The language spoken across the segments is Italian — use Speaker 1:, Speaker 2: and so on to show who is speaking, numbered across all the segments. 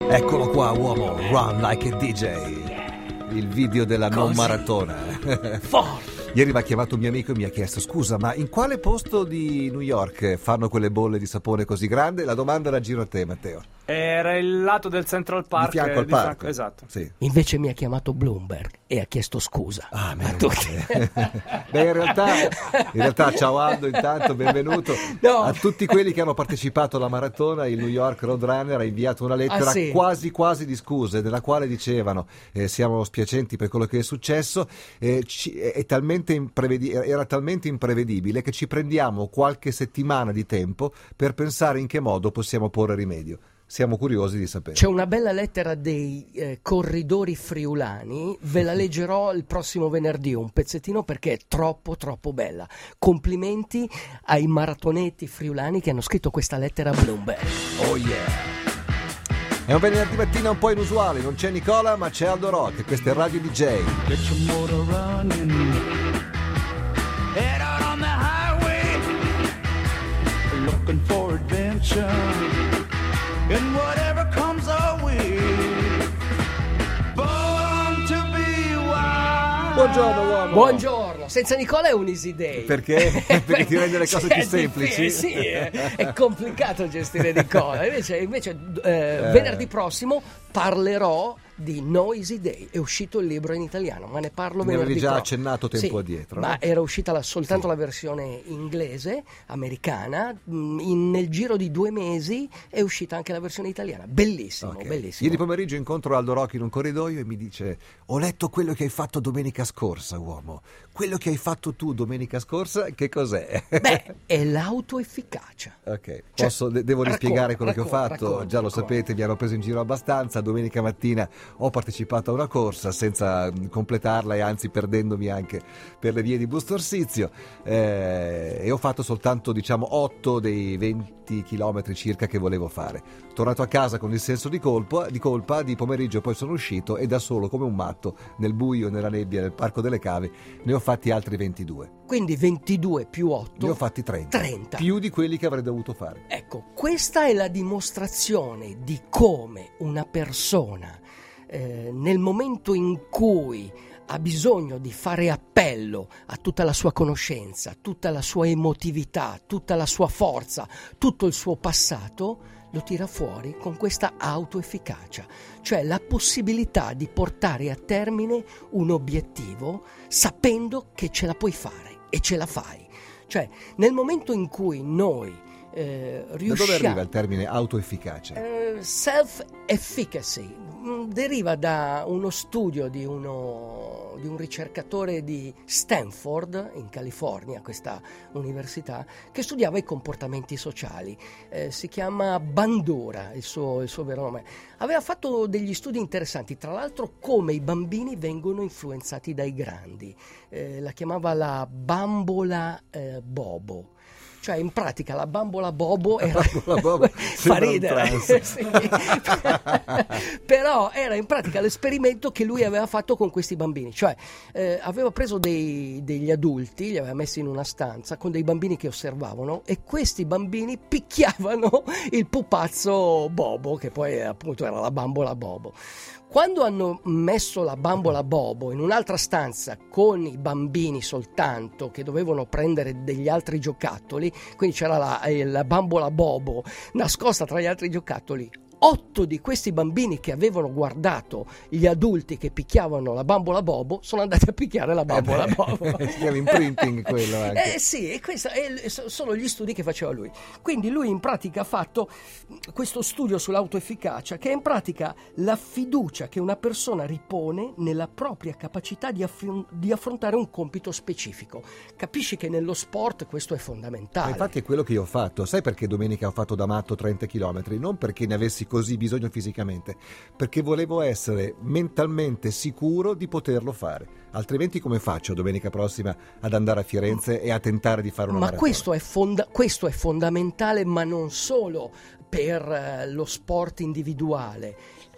Speaker 1: Eccolo qua, uomo, Run Like a DJ. Il video della non maratona.
Speaker 2: Forte.
Speaker 1: Ieri mi ha chiamato un mio amico e mi ha chiesto: scusa, ma in quale posto di New York fanno quelle bolle di sapone così grande? La domanda la giro a te, Matteo.
Speaker 2: Era il lato del Central Park.
Speaker 1: Di fianco al parco.
Speaker 2: Esatto.
Speaker 1: Sì.
Speaker 3: Invece mi ha chiamato Bloomberg e ha chiesto scusa
Speaker 1: Ah,
Speaker 3: a tutti.
Speaker 1: Beh, in realtà ciao Aldo, intanto benvenuto.
Speaker 3: No.
Speaker 1: A tutti quelli che hanno partecipato alla maratona. Il New York Roadrunner ha inviato una lettera
Speaker 3: sì.
Speaker 1: quasi di scuse, nella quale dicevano siamo spiacenti per quello che è successo, era talmente imprevedibile che ci prendiamo qualche settimana di tempo per pensare in che modo possiamo porre rimedio. Siamo curiosi di sapere.
Speaker 3: C'è una bella lettera dei corridori friulani, ve la leggerò il prossimo venerdì un pezzettino perché è troppo bella. Complimenti ai maratonetti friulani che hanno scritto questa lettera a Bloomberg.
Speaker 1: Oh yeah! È un venerdì mattina un po' inusuale, non c'è Nicola ma c'è Aldo Rock, questo è Radio DJ.
Speaker 4: Get your motor running, head out on the highway, looking for adventure. And whatever comes our way, born to be wild.
Speaker 1: Buongiorno uomo.
Speaker 3: Buongiorno, senza Nicola è un easy day.
Speaker 1: Perché? Perché ti rende le cose più
Speaker 3: È
Speaker 1: semplici?
Speaker 3: difficile, sì, è complicato gestire Nicola. Invece venerdì prossimo parlerò di Noisy Day. È uscito il libro in italiano, ma ne parlo
Speaker 1: Ne
Speaker 3: venerdì
Speaker 1: avevi già
Speaker 3: prossimo.
Speaker 1: accennato tempo
Speaker 3: Sì,
Speaker 1: addietro,
Speaker 3: ma
Speaker 1: no?
Speaker 3: era uscita soltanto la versione inglese, americana. Nel giro di 2 mesi è uscita anche la versione italiana. Bellissimo,
Speaker 1: Ok.
Speaker 3: bellissimo.
Speaker 1: Ieri pomeriggio incontro Aldo Rock in un corridoio e mi dice: ho letto quello che hai fatto domenica scorsa, uomo. Quello che hai fatto tu domenica scorsa, che cos'è?
Speaker 3: Beh, è l'autoefficacia.
Speaker 1: Ok,
Speaker 3: Cioè,
Speaker 1: devo rispiegare quello che ho fatto.
Speaker 3: racconta.
Speaker 1: Già lo sapete, mi hanno preso in giro abbastanza. Domenica mattina ho partecipato a una corsa senza completarla e anzi perdendomi anche per le vie di Busto Arsizio, e ho fatto soltanto 8 dei 20 chilometri circa che volevo fare. Tornato a casa con il senso di colpa, di pomeriggio poi sono uscito e da solo come un matto nel buio, nella nebbia, nel Parco delle Cave ne ho fatti altri 22.
Speaker 3: Quindi 22 più 8.
Speaker 1: Ne ho fatti 30.
Speaker 3: 30.
Speaker 1: Più di quelli che avrei dovuto fare.
Speaker 3: Ecco, questa è la dimostrazione di come una persona nel momento in cui ha bisogno di fare appello a tutta la sua conoscenza, tutta la sua emotività, tutta la sua forza, tutto il suo passato, lo tira fuori con questa autoefficacia, cioè la possibilità di portare a termine un obiettivo sapendo che ce la puoi fare e ce la fai. Cioè, nel momento in cui noi riusciamo...
Speaker 1: Da dove arriva il termine autoefficacia?
Speaker 3: Self-efficacy deriva da uno studio di un ricercatore di Stanford in California, questa università, che studiava i comportamenti sociali. Si chiama Bandura, il suo vero nome. Aveva fatto degli studi interessanti, tra l'altro come i bambini vengono influenzati dai grandi. La chiamava la bambola Bobo. Cioè in pratica la bambola Bobo era fa ridere sì. Però era in pratica l'esperimento che lui aveva fatto con questi bambini, cioè aveva preso degli adulti, li aveva messi in una stanza con dei bambini che osservavano e questi bambini picchiavano il pupazzo Bobo, che poi appunto era la bambola Bobo. Quando hanno messo la bambola Bobo in un'altra stanza con i bambini soltanto che dovevano prendere degli altri giocattoli, quindi c'era la bambola Bobo nascosta tra gli altri giocattoli, 8 di questi bambini che avevano guardato gli adulti che picchiavano la bambola Bobo sono andati a picchiare la bambola Bobo.
Speaker 1: Si chiama imprinting quello anche.
Speaker 3: Sì, e questi sono gli studi che faceva lui. Quindi lui in pratica ha fatto questo studio sull'autoefficacia, che è in pratica la fiducia che una persona ripone nella propria capacità di affrontare un compito specifico. Capisci che nello sport questo è fondamentale.
Speaker 1: Ma infatti è quello che io ho fatto. Sai perché domenica ho fatto da matto 30 chilometri? Non perché ne avessi così bisogno fisicamente, perché volevo essere mentalmente sicuro di poterlo fare. Altrimenti come faccio domenica prossima ad andare a Firenze e a tentare di fare una maratona?
Speaker 3: Questo è fondamentale, ma non solo per lo sport individuale.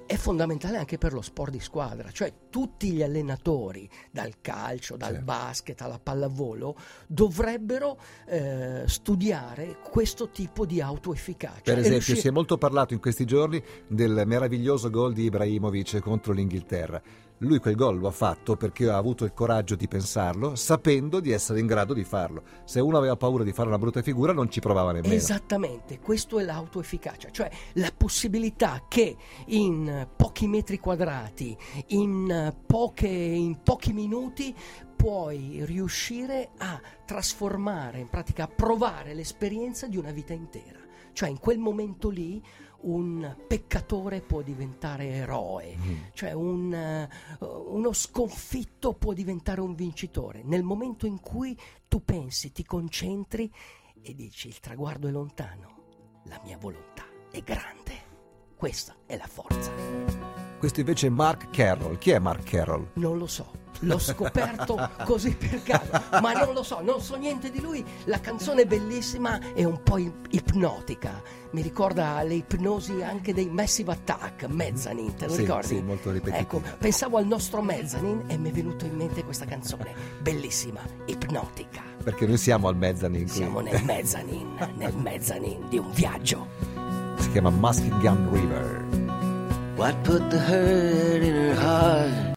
Speaker 3: è fondamentale anche per lo sport di squadra, cioè tutti gli allenatori, dal calcio, dal basket alla pallavolo, dovrebbero studiare questo tipo di autoefficacia.
Speaker 1: Per esempio, si è molto parlato in questi giorni del meraviglioso gol di Ibrahimovic contro l'Inghilterra. Lui quel gol lo ha fatto perché ha avuto il coraggio di pensarlo, sapendo di essere in grado di farlo. Se uno aveva paura di fare una brutta figura, non ci provava nemmeno.
Speaker 3: Esattamente, questo è l'autoefficacia, cioè la possibilità che in pochi metri quadrati, in pochi minuti, puoi riuscire a trasformare, in pratica a provare l'esperienza di una vita intera. Cioè in quel momento lì un peccatore può diventare eroe, cioè uno sconfitto può diventare un vincitore. Nel momento in cui tu pensi, ti concentri e dici il traguardo è lontano, la mia volontà è grande. Questa è la forza.
Speaker 1: Questo invece è Mark Carroll. Chi è Mark Carroll?
Speaker 3: Non lo so. L'ho scoperto così per caso, ma non lo so, non so niente di lui. La canzone è bellissima, è un po' ipnotica, mi ricorda le ipnosi anche dei Massive Attack, Mezzanine, te lo ricordi?
Speaker 1: Sì, molto ripetitivo.
Speaker 3: Ecco, pensavo al nostro Mezzanine e mi è venuto in mente questa canzone, bellissima, ipnotica.
Speaker 1: Perché noi siamo al Mezzanine.
Speaker 3: Siamo nel Mezzanine di un viaggio.
Speaker 1: Si chiama Muskingum River.
Speaker 5: What put the hurt in her heart?